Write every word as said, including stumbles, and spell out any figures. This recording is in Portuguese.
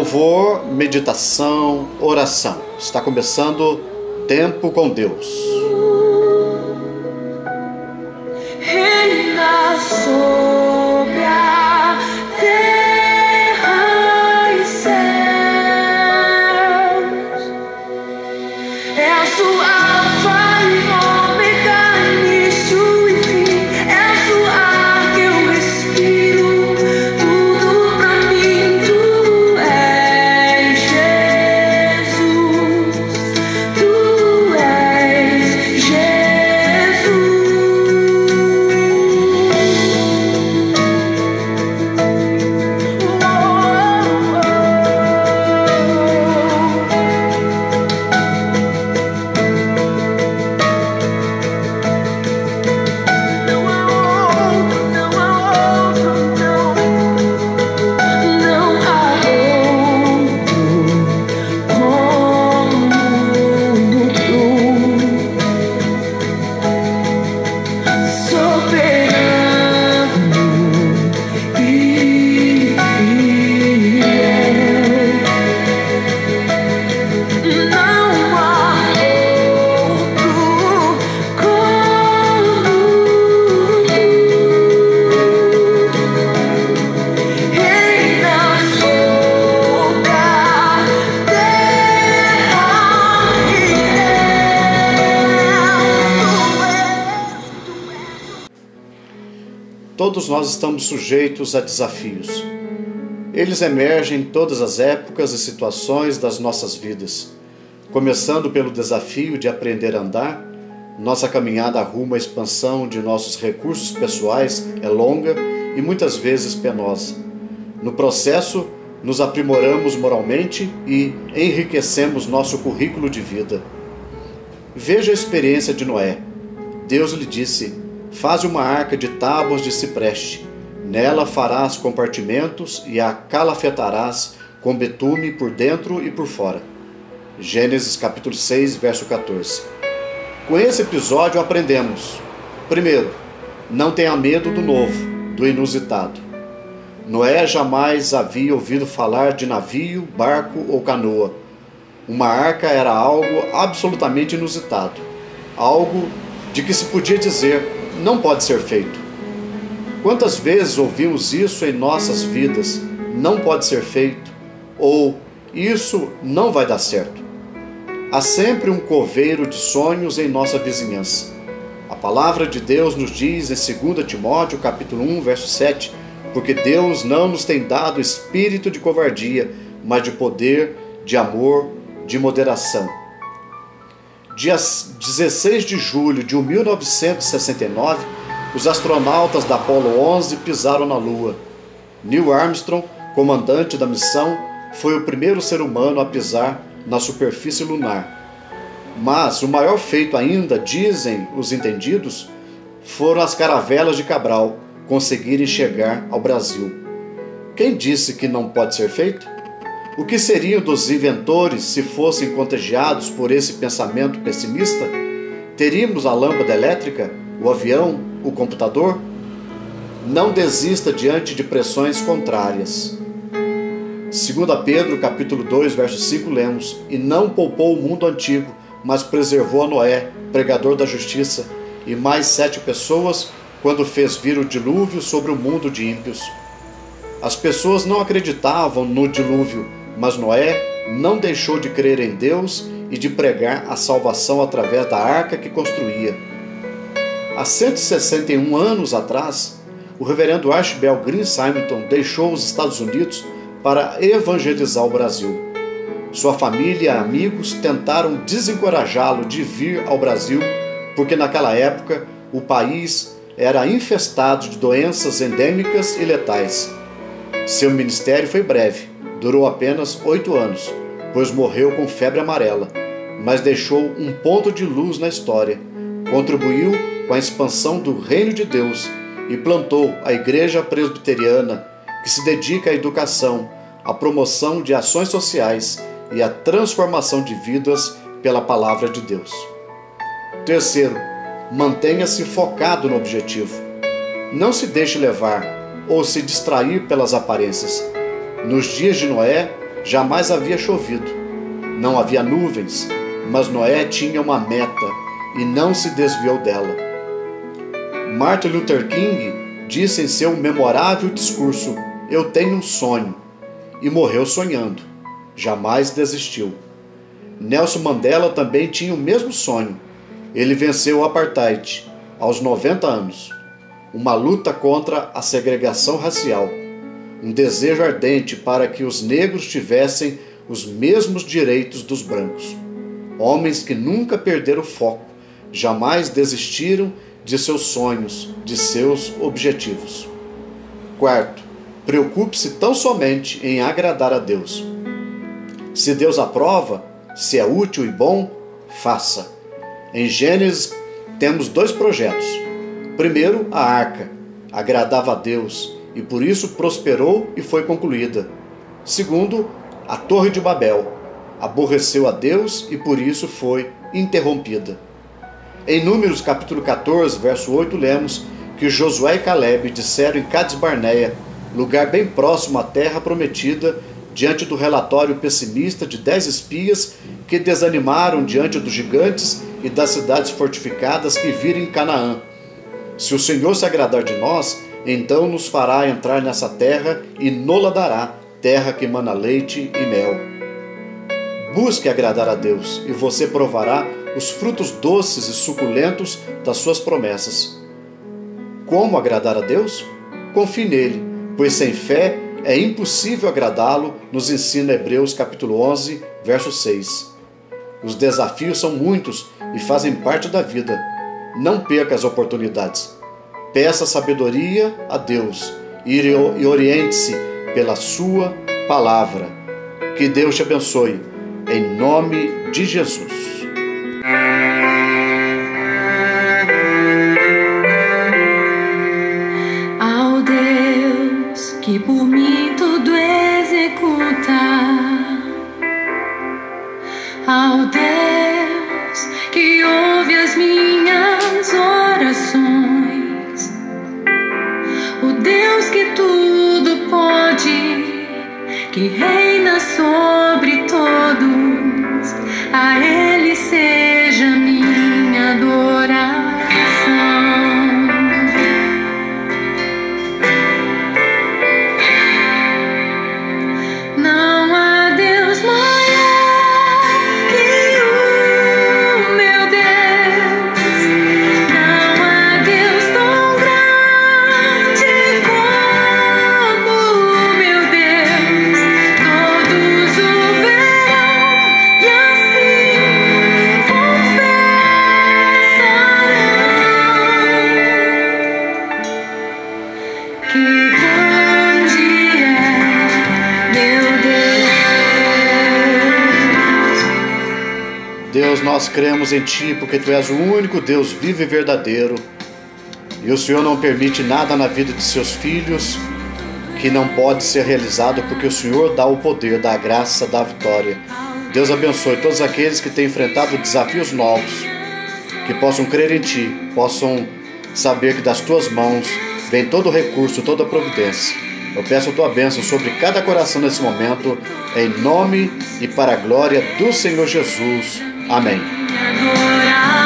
Louvor, meditação, oração. Está começando Tempo com Deus. Reina sobre a terra e céus, é a sua alfa e ômega, início e fim, é a sua ar que eu respiro, tudo pra mim, tu és Jesus, tu és Todos nós estamos sujeitos a desafios. Eles emergem em todas as épocas e situações das nossas vidas. Começando pelo desafio de aprender a andar, nossa caminhada rumo à expansão de nossos recursos pessoais é longa e muitas vezes penosa. No processo, nos aprimoramos moralmente e enriquecemos nosso currículo de vida. Veja a experiência de Noé. Deus lhe disse: faze uma arca de tábuas de cipreste. Nela farás compartimentos e a calafetarás com betume por dentro e por fora. Gênesis capítulo seis, verso quatorze. Com esse episódio aprendemos: primeiro, não tenha medo do novo, do inusitado. Noé jamais havia ouvido falar de navio, barco ou canoa. Uma arca era algo absolutamente inusitado, algo de que se podia dizer: não pode ser feito. Quantas vezes ouvimos isso em nossas vidas? Não pode ser feito, ou isso não vai dar certo. Há sempre um coveiro de sonhos em nossa vizinhança. A palavra de Deus nos diz em dois Timóteo capítulo um, verso sete, porque Deus não nos tem dado espírito de covardia, mas de poder, de amor, de moderação. Dia dezesseis de julho de mil novecentos e sessenta e nove, os astronautas da Apollo onze pisaram na Lua. Neil Armstrong, comandante da missão, foi o primeiro ser humano a pisar na superfície lunar. Mas o maior feito ainda, dizem os entendidos, foram as caravelas de Cabral conseguirem chegar ao Brasil. Quem disse que não pode ser feito? O que seriam dos inventores se fossem contagiados por esse pensamento pessimista? Teríamos a lâmpada elétrica, o avião, o computador? Não desista diante de pressões contrárias. Segunda Pedro, capítulo dois, verso cinco, lemos: e não poupou o mundo antigo, mas preservou a Noé, pregador da justiça, e mais sete pessoas, quando fez vir o dilúvio sobre o mundo de ímpios. As pessoas não acreditavam no dilúvio, mas Noé não deixou de crer em Deus e de pregar a salvação através da arca que construía. Há cento e sessenta e um anos atrás, o reverendo Archibald Green Simonton deixou os Estados Unidos para evangelizar o Brasil. Sua família e amigos tentaram desencorajá-lo de vir ao Brasil, porque naquela época o país era infestado de doenças endêmicas e letais. Seu ministério foi breve. Durou apenas oito anos, pois morreu com febre amarela, mas deixou um ponto de luz na história. Contribuiu com a expansão do reino de Deus e plantou a Igreja Presbiteriana, que se dedica à educação, à promoção de ações sociais e à transformação de vidas pela palavra de Deus. Terceiro, mantenha-se focado no objetivo. Não se deixe levar ou se distrair pelas aparências. Nos dias de Noé, jamais havia chovido. Não havia nuvens, mas Noé tinha uma meta e não se desviou dela. Martin Luther King disse em seu memorável discurso: "Eu tenho um sonho", e morreu sonhando. Jamais desistiu. Nelson Mandela também tinha o mesmo sonho. Ele venceu o apartheid aos noventa anos. Uma luta contra a segregação racial. Um desejo ardente para que os negros tivessem os mesmos direitos dos brancos. Homens que nunca perderam o foco, jamais desistiram de seus sonhos, de seus objetivos. Quarto, preocupe-se tão somente em agradar a Deus. Se Deus aprova, se é útil e bom, faça. Em Gênesis temos dois projetos. Primeiro, a arca, agradava a Deus e por isso prosperou e foi concluída. Segundo, a Torre de Babel, aborreceu a Deus e por isso foi interrompida. Em Números capítulo quatorze, verso oito, lemos que Josué e Caleb disseram em Cades Barneia, lugar bem próximo à terra prometida, diante do relatório pessimista de dez espias que desanimaram diante dos gigantes e das cidades fortificadas que viram em Canaã. Se o Senhor se agradar de nós, então nos fará entrar nessa terra e nola dará, terra que emana leite e mel. Busque agradar a Deus e você provará os frutos doces e suculentos das suas promessas. Como agradar a Deus? Confie nele, pois sem fé é impossível agradá-lo, nos ensina Hebreus capítulo onze, verso seis. Os desafios são muitos e fazem parte da vida. Não perca as oportunidades. Peça sabedoria a Deus e oriente-se pela sua palavra. Que Deus te abençoe, em nome de Jesus. Ao Deus que por mim tudo executa, ao Deus que ouve as minhas orações, o Deus que tudo pode, que reina sobre todos, a Ele seja minha adoração. Não há Deus maior que o meu Deus, não há Deus tão grande como o meu Deus. Todos o verão e assim confessarão que grande é meu Deus. Deus, nós cremos em Ti, porque Tu és o único Deus vivo e verdadeiro. E o Senhor não permite nada na vida de seus filhos que não pode ser realizado, porque o Senhor dá o poder, dá a graça, dá a vitória. Deus abençoe todos aqueles que têm enfrentado desafios novos, que possam crer em Ti, possam saber que das Tuas mãos vem todo o recurso, toda a providência. Eu peço a Tua bênção sobre cada coração nesse momento, em nome e para a glória do Senhor Jesus. Amém. Agora